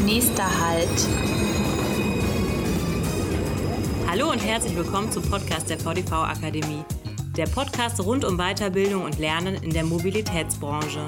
Nächster Halt. Hallo und herzlich willkommen zum Podcast der VDV Akademie. Der Podcast rund um Weiterbildung und Lernen in der Mobilitätsbranche.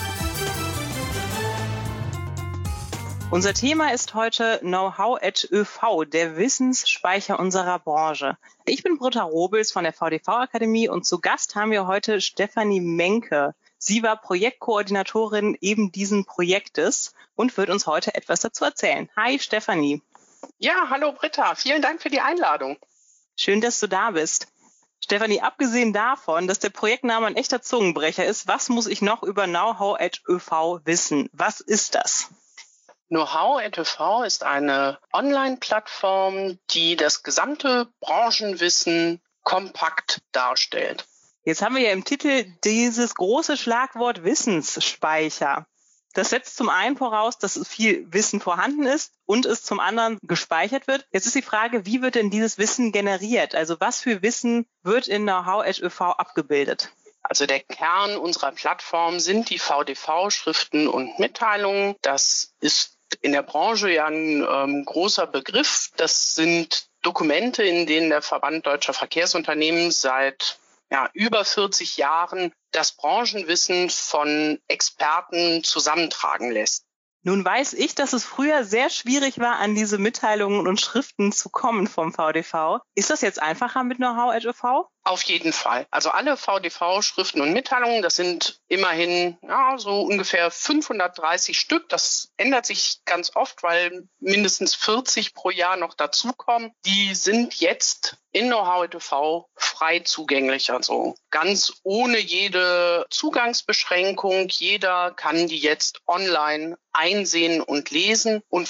Unser Thema ist heute Know-how at ÖV, der Wissensspeicher unserer Branche. Ich bin Britta Robels von der VDV Akademie und zu Gast haben wir heute Stefanie Menke. Sie war Projektkoordinatorin eben diesen Projektes und wird uns heute etwas dazu erzählen. Hi Stefanie. Ja, hallo Britta, vielen Dank für die Einladung. Schön, dass du da bist. Stefanie, abgesehen davon, dass der Projektname ein echter Zungenbrecher ist, was muss ich noch über Know-how at ÖV wissen? Was ist das? Know-how at ÖV ist eine Online-Plattform, die das gesamte Branchenwissen kompakt darstellt. Jetzt haben wir ja im Titel dieses große Schlagwort Wissensspeicher. Das setzt zum einen voraus, dass viel Wissen vorhanden ist und es zum anderen gespeichert wird. Jetzt ist die Frage, wie wird denn dieses Wissen generiert? Also was für Wissen wird in Know-how at ÖV abgebildet? Also der Kern unserer Plattform sind die VDV-Schriften und Mitteilungen. Das ist in der Branche ja ein großer Begriff. Das sind Dokumente, in denen der Verband Deutscher Verkehrsunternehmen seit über 40 Jahren das Branchenwissen von Experten zusammentragen lässt. Nun weiß ich, dass es früher sehr schwierig war, an diese Mitteilungen und Schriften zu kommen vom VDV. Ist das jetzt einfacher mit Know-how at ÖV? Auf jeden Fall. Also alle VDV-Schriften und Mitteilungen, das sind immerhin so ungefähr 530 Stück. Das ändert sich ganz oft, weil mindestens 40 pro Jahr noch dazukommen. Die sind jetzt in Know-how at ÖV frei zugänglich, also ganz ohne jede Zugangsbeschränkung. Jeder kann die jetzt online einsehen und lesen und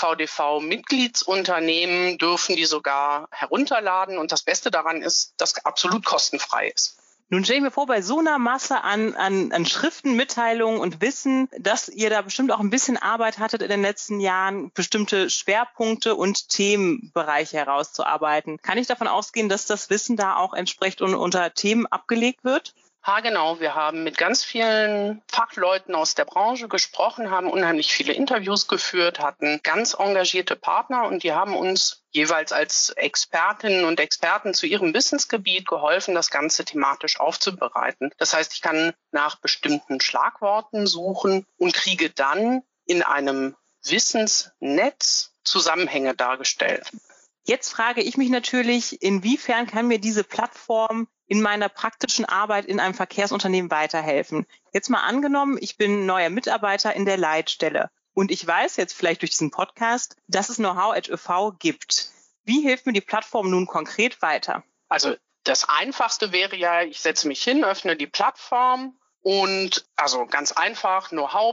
VDV-Mitgliedsunternehmen dürfen die sogar herunterladen und das Beste daran ist, dass absolut kostenfrei ist. Nun stelle ich mir vor, bei so einer Masse an Schriften, Mitteilungen und Wissen, dass ihr da bestimmt auch ein bisschen Arbeit hattet in den letzten Jahren, bestimmte Schwerpunkte und Themenbereiche herauszuarbeiten. Kann ich davon ausgehen, dass das Wissen da auch entsprechend unter Themen abgelegt wird? Genau. Wir haben mit ganz vielen Fachleuten aus der Branche gesprochen, haben unheimlich viele Interviews geführt, hatten ganz engagierte Partner und die haben uns jeweils als Expertinnen und Experten zu ihrem Wissensgebiet geholfen, das Ganze thematisch aufzubereiten. Das heißt, ich kann nach bestimmten Schlagworten suchen und kriege dann in einem Wissensnetz Zusammenhänge dargestellt. Jetzt frage ich mich natürlich, inwiefern kann mir diese Plattform in meiner praktischen Arbeit in einem Verkehrsunternehmen weiterhelfen? Jetzt mal angenommen, ich bin neuer Mitarbeiter in der Leitstelle und ich weiß jetzt vielleicht durch diesen Podcast, dass es Know-how at ÖV gibt. Wie hilft mir die Plattform nun konkret weiter? Also das Einfachste wäre ja, ich setze mich hin, öffne die Plattform und also ganz einfach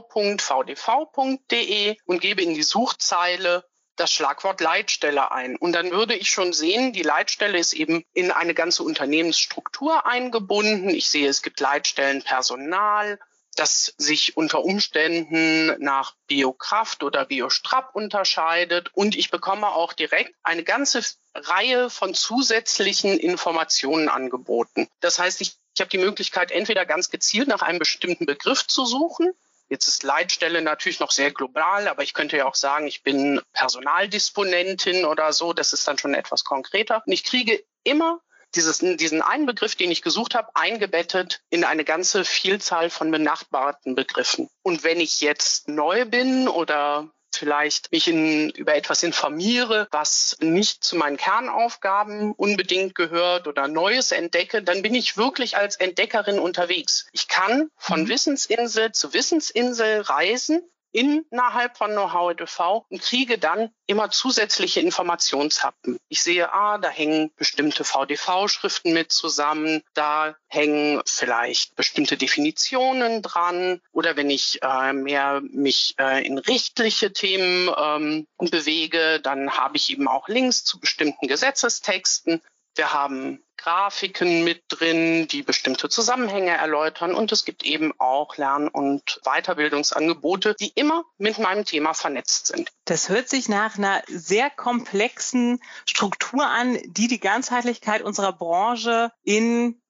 know-how.vdv.de und gebe in die Suchzeile das Schlagwort Leitstelle ein. Und dann würde ich schon sehen, die Leitstelle ist eben in eine ganze Unternehmensstruktur eingebunden. Ich sehe, es gibt Leitstellenpersonal, das sich unter Umständen nach Biokraft oder Biostrap unterscheidet. Und ich bekomme auch direkt eine ganze Reihe von zusätzlichen Informationen angeboten. Das heißt, ich habe die Möglichkeit, entweder ganz gezielt nach einem bestimmten Begriff zu suchen. Jetzt ist Leitstelle natürlich noch sehr global, aber ich könnte ja auch sagen, ich bin Personaldisponentin oder so. Das ist dann schon etwas konkreter. Und ich kriege immer diesen einen Begriff, den ich gesucht habe, eingebettet in eine ganze Vielzahl von benachbarten Begriffen. Und wenn ich jetzt neu bin oder vielleicht mich über etwas informiere, was nicht zu meinen Kernaufgaben unbedingt gehört oder Neues entdecke, dann bin ich wirklich als Entdeckerin unterwegs. Ich kann von Wissensinsel zu Wissensinsel reisen innerhalb von Know-how at ÖV und kriege dann immer zusätzliche Informationshappen. Ich sehe, da hängen bestimmte VDV-Schriften mit zusammen, da hängen vielleicht bestimmte Definitionen dran oder wenn ich mehr mich in rechtliche Themen bewege, dann habe ich eben auch Links zu bestimmten Gesetzestexten. Wir haben Grafiken mit drin, die bestimmte Zusammenhänge erläutern und es gibt eben auch Lern- und Weiterbildungsangebote, die immer mit meinem Thema vernetzt sind. Das hört sich nach einer sehr komplexen Struktur an, die die Ganzheitlichkeit unserer Branche in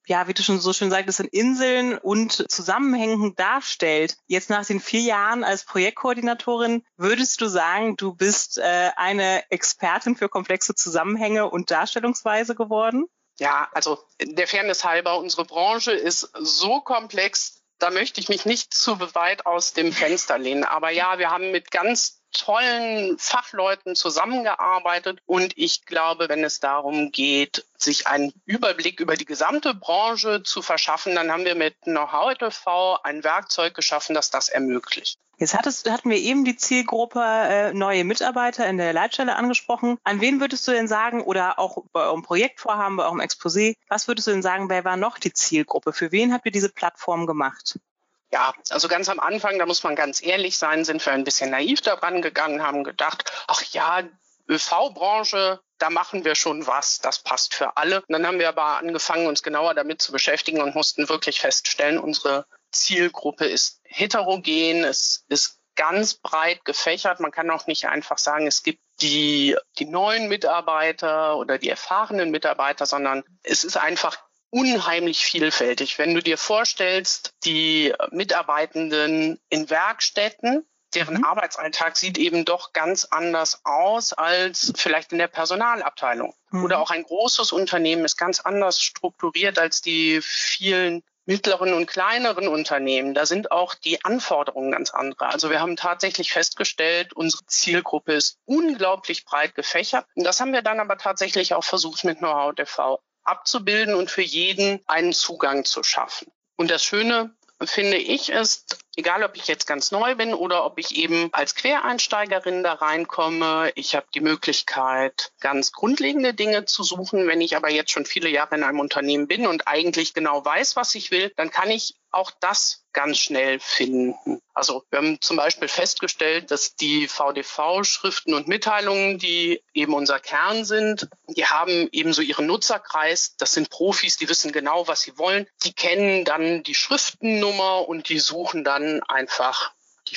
ja, wie du schon so schön sagtest, in Inseln und zusammenhängend darstellt. Jetzt nach den 4 Jahren als Projektkoordinatorin, würdest du sagen, du bist eine Expertin für komplexe Zusammenhänge und Darstellungsweise geworden? Ja, also der Fairness halber, unsere Branche ist so komplex, da möchte ich mich nicht zu weit aus dem Fenster lehnen. Aber ja, wir haben mit ganz tollen Fachleuten zusammengearbeitet und ich glaube, wenn es darum geht, sich einen Überblick über die gesamte Branche zu verschaffen, dann haben wir mit Know-how e.V. ein Werkzeug geschaffen, das das ermöglicht. Jetzt hatten wir eben die Zielgruppe neue Mitarbeiter in der Leitstelle angesprochen. An wen würdest du denn sagen, oder auch bei eurem Projektvorhaben, bei eurem Exposé, was würdest du denn sagen, wer war noch die Zielgruppe? Für wen habt ihr diese Plattform gemacht? Ja, also ganz am Anfang, da muss man ganz ehrlich sein, sind wir ein bisschen naiv daran gegangen, haben gedacht, ach ja, ÖV-Branche, da machen wir schon was, das passt für alle. Und dann haben wir aber angefangen, uns genauer damit zu beschäftigen und mussten wirklich feststellen, unsere Zielgruppe ist heterogen, es ist ganz breit gefächert. Man kann auch nicht einfach sagen, es gibt die neuen Mitarbeiter oder die erfahrenen Mitarbeiter, sondern es ist einfach unheimlich vielfältig. Wenn du dir vorstellst, die Mitarbeitenden in Werkstätten, deren Arbeitsalltag sieht eben doch ganz anders aus als vielleicht in der Personalabteilung. Oder auch ein großes Unternehmen ist ganz anders strukturiert als die vielen mittleren und kleineren Unternehmen. Da sind auch die Anforderungen ganz andere. Also wir haben tatsächlich festgestellt, unsere Zielgruppe ist unglaublich breit gefächert. Und das haben wir dann aber tatsächlich auch versucht, mit Know-how e.V. abzubilden und für jeden einen Zugang zu schaffen. Und das Schöne, finde ich, ist, egal ob ich jetzt ganz neu bin oder ob ich eben als Quereinsteigerin da reinkomme, ich habe die Möglichkeit, ganz grundlegende Dinge zu suchen. Wenn ich aber jetzt schon viele Jahre in einem Unternehmen bin und eigentlich genau weiß, was ich will, dann kann ich auch das ganz schnell finden. Also wir haben zum Beispiel festgestellt, dass die VDV-Schriften und Mitteilungen, die eben unser Kern sind, die haben eben so ihren Nutzerkreis. Das sind Profis, die wissen genau, was sie wollen. Die kennen dann die Schriftennummer und die suchen dann einfach die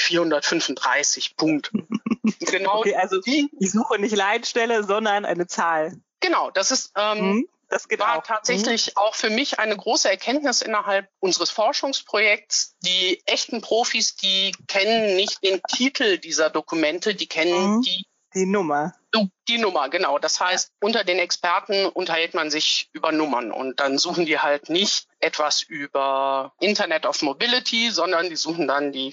435 Punkt. Genau. Okay, also ich suche nicht Leitstelle, sondern eine Zahl. Genau, das ist das war tatsächlich auch für mich eine große Erkenntnis innerhalb unseres Forschungsprojekts. Die echten Profis, die kennen nicht den Titel dieser Dokumente, die kennen die Nummer. Die Nummer, genau. Das heißt, unter den Experten unterhält man sich über Nummern und dann suchen die halt nicht etwas über Internet of Mobility, sondern die suchen dann die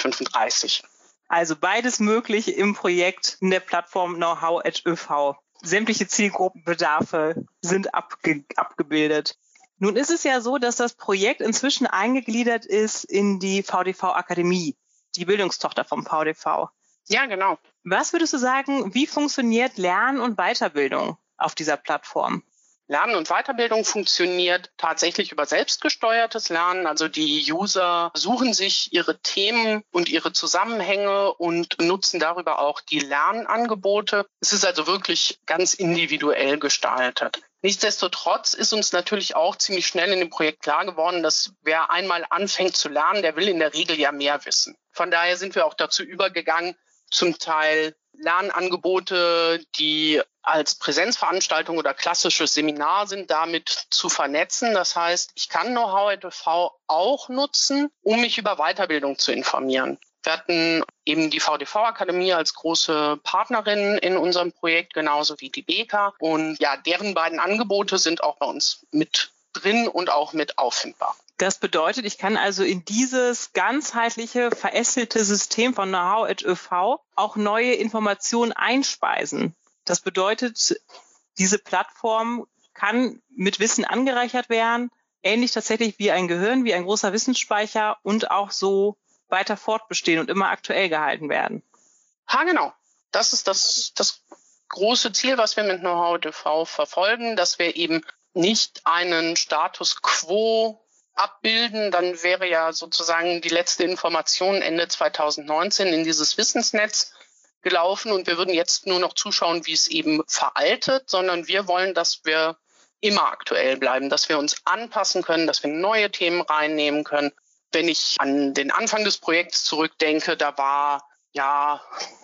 435. Also beides möglich im Projekt in der Plattform Know-how @ÖV. Sämtliche Zielgruppenbedarfe sind abgebildet. Nun ist es ja so, dass das Projekt inzwischen eingegliedert ist in die VDV-Akademie, die Bildungstochter vom VDV. Ja, genau. Was würdest du sagen, wie funktioniert Lernen und Weiterbildung auf dieser Plattform? Lernen und Weiterbildung funktioniert tatsächlich über selbstgesteuertes Lernen. Also die User suchen sich ihre Themen und ihre Zusammenhänge und nutzen darüber auch die Lernangebote. Es ist also wirklich ganz individuell gestaltet. Nichtsdestotrotz ist uns natürlich auch ziemlich schnell in dem Projekt klar geworden, dass wer einmal anfängt zu lernen, der will in der Regel ja mehr wissen. Von daher sind wir auch dazu übergegangen, zum Teil Lernangebote, die als Präsenzveranstaltung oder klassisches Seminar sind, damit zu vernetzen. Das heißt, ich kann Know-how e.V. auch nutzen, um mich über Weiterbildung zu informieren. Wir hatten eben die VDV-Akademie als große Partnerin in unserem Projekt, genauso wie die BEKA. Und ja, deren beiden Angebote sind auch bei uns mit drin und auch mit auffindbar. Das bedeutet, ich kann also in dieses ganzheitliche, verästelte System von Know-how @ÖV auch neue Informationen einspeisen. Das bedeutet, diese Plattform kann mit Wissen angereichert werden, ähnlich tatsächlich wie ein Gehirn, wie ein großer Wissensspeicher und auch so weiter fortbestehen und immer aktuell gehalten werden. Ja, genau. Das ist das große Ziel, was wir mit Know-how @ÖV verfolgen, dass wir eben nicht einen Status quo abbilden, dann wäre ja sozusagen die letzte Information Ende 2019 in dieses Wissensnetz gelaufen und wir würden jetzt nur noch zuschauen, wie es eben veraltet, sondern wir wollen, dass wir immer aktuell bleiben, dass wir uns anpassen können, dass wir neue Themen reinnehmen können. Wenn ich an den Anfang des Projekts zurückdenke, da war ja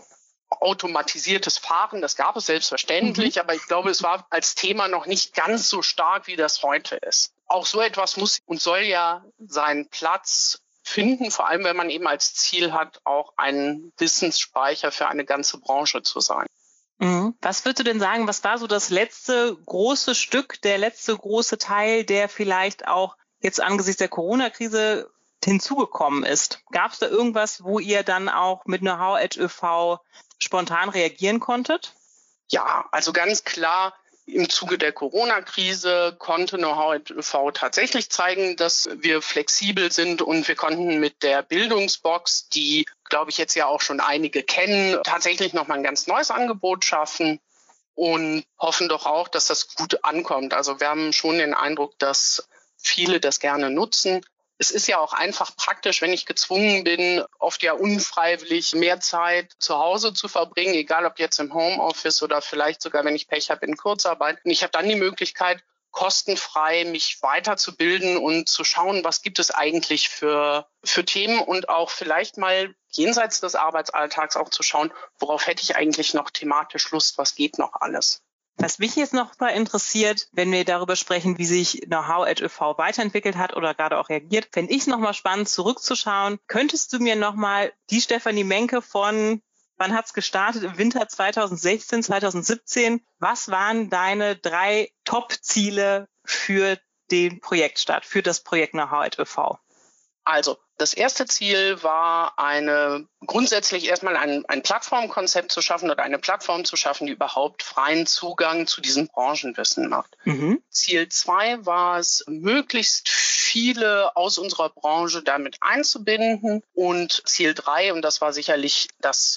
automatisiertes Fahren, das gab es selbstverständlich, aber ich glaube, es war als Thema noch nicht ganz so stark, wie das heute ist. auch so etwas muss und soll ja seinen Platz finden, vor allem wenn man eben als Ziel hat, auch ein Wissensspeicher für eine ganze Branche zu sein. Was würdest du denn sagen, was war so das letzte große Stück, der letzte große Teil, der vielleicht auch jetzt angesichts der Corona-Krise hinzugekommen ist? Gab es da irgendwas, wo ihr dann auch mit Know-how@ÖV spontan reagieren konntet? Ja, also ganz klar, im Zuge der Corona-Krise konnte Know-how@ÖV tatsächlich zeigen, dass wir flexibel sind und wir konnten mit der Bildungsbox, die, glaube ich, jetzt ja auch schon einige kennen, tatsächlich nochmal ein ganz neues Angebot schaffen und hoffen doch auch, dass das gut ankommt. Also wir haben schon den Eindruck, dass viele das gerne nutzen. Es ist ja auch einfach praktisch, wenn ich gezwungen bin, oft ja unfreiwillig mehr Zeit zu Hause zu verbringen, egal ob jetzt im Homeoffice oder vielleicht sogar, wenn ich Pech habe, in Kurzarbeit. Und ich habe dann die Möglichkeit, kostenfrei mich weiterzubilden und zu schauen, was gibt es eigentlich für Themen und auch vielleicht mal jenseits des Arbeitsalltags auch zu schauen, worauf hätte ich eigentlich noch thematisch Lust, was geht noch alles. Was mich jetzt noch mal interessiert, wenn wir darüber sprechen, wie sich Know-how@ÖV weiterentwickelt hat oder gerade auch reagiert, fände ich es noch mal spannend, zurückzuschauen. Könntest du mir noch mal die Stefanie Menke von, wann hat's gestartet, im Winter 2016, 2017, was waren deine 3 Top-Ziele für den Projektstart, für das Projekt Know-how@ÖV? Also, das erste Ziel war grundsätzlich erstmal ein Plattformkonzept zu schaffen oder eine Plattform zu schaffen, die überhaupt freien Zugang zu diesem Branchenwissen macht. Ziel 2 war es, möglichst viele aus unserer Branche damit einzubinden. Und Ziel 3, und das war sicherlich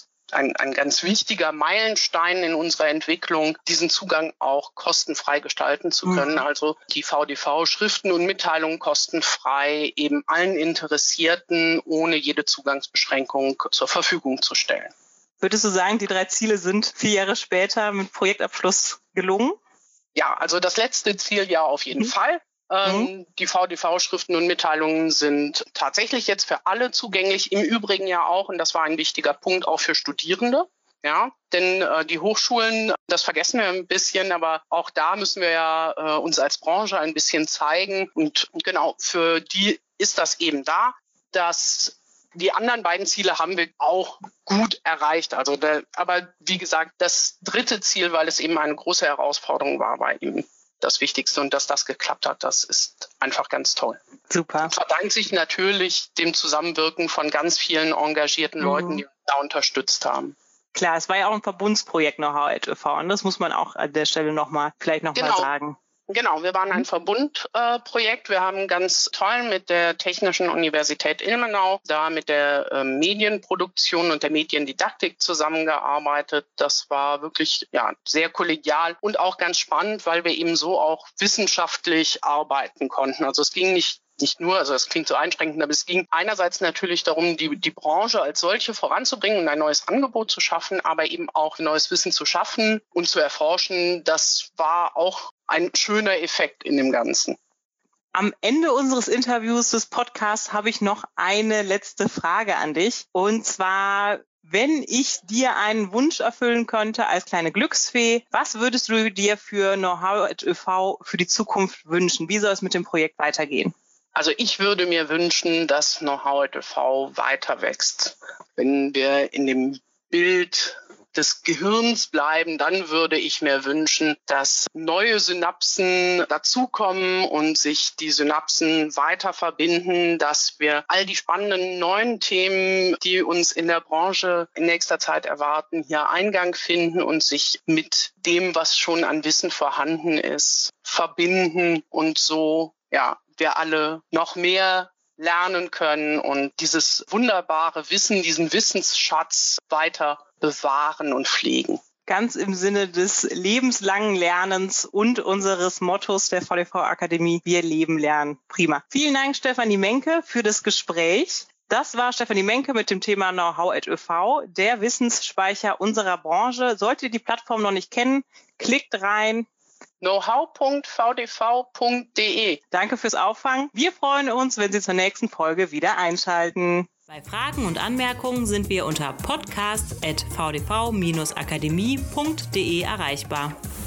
ein ganz wichtiger Meilenstein in unserer Entwicklung, diesen Zugang auch kostenfrei gestalten zu können. Also die VDV-Schriften und Mitteilungen kostenfrei eben allen Interessierten ohne jede Zugangsbeschränkung zur Verfügung zu stellen. Würdest du sagen, die 3 Ziele sind 4 Jahre später mit Projektabschluss gelungen? Ja, also das letzte Ziel ja auf jeden Fall. Die VDV-Schriften und Mitteilungen sind tatsächlich jetzt für alle zugänglich, im Übrigen ja auch, und das war ein wichtiger Punkt, auch für Studierende. Ja, denn die Hochschulen, das vergessen wir ein bisschen, aber auch da müssen wir ja uns als Branche ein bisschen zeigen. Und genau, für die ist das eben da, dass die anderen beiden Ziele haben wir auch gut erreicht. Aber wie gesagt, das 3. Ziel, weil es eben eine große Herausforderung war eben das Wichtigste, und dass das geklappt hat, das ist einfach ganz toll. Super. Und verdankt sich natürlich dem Zusammenwirken von ganz vielen engagierten Leuten, die uns da unterstützt haben. Klar, es war ja auch ein Verbundsprojekt Know-how@ÖV, und das muss man auch an der Stelle mal sagen. Genau, wir waren ein Verbundprojekt. Wir haben ganz toll mit der Technischen Universität Ilmenau, da mit der Medienproduktion und der Mediendidaktik zusammengearbeitet. Das war wirklich sehr kollegial und auch ganz spannend, weil wir eben so auch wissenschaftlich arbeiten konnten. Also es ging nicht nur, also es klingt so einschränkend, aber es ging einerseits natürlich darum, die Branche als solche voranzubringen und ein neues Angebot zu schaffen, aber eben auch neues Wissen zu schaffen und zu erforschen. Das war auch ein schöner Effekt in dem Ganzen. Am Ende unseres Interviews des Podcasts habe ich noch eine letzte Frage an dich. Und zwar, wenn ich dir einen Wunsch erfüllen könnte als kleine Glücksfee, was würdest du dir für Know-how@ÖV für die Zukunft wünschen? Wie soll es mit dem Projekt weitergehen? Also ich würde mir wünschen, dass Know-how@ÖV weiter wächst. Wenn wir in dem Bild des Gehirns bleiben, dann würde ich mir wünschen, dass neue Synapsen dazukommen und sich die Synapsen weiter verbinden, dass wir all die spannenden neuen Themen, die uns in der Branche in nächster Zeit erwarten, hier Eingang finden und sich mit dem, was schon an Wissen vorhanden ist, verbinden und so wir alle noch mehr lernen können und dieses wunderbare Wissen, diesen Wissensschatz weiter bewahren und pflegen. Ganz im Sinne des lebenslangen Lernens und unseres Mottos der VDV-Akademie, wir leben lernen. Prima. Vielen Dank, Stefanie Menke, für das Gespräch. Das war Stefanie Menke mit dem Thema Know-how@ÖV, der Wissensspeicher unserer Branche. Solltet ihr die Plattform noch nicht kennen, klickt rein. know-how.vdv.de. Danke fürs Auffangen. Wir freuen uns, wenn Sie zur nächsten Folge wieder einschalten. Bei Fragen und Anmerkungen sind wir unter podcast@vdv-akademie.de erreichbar.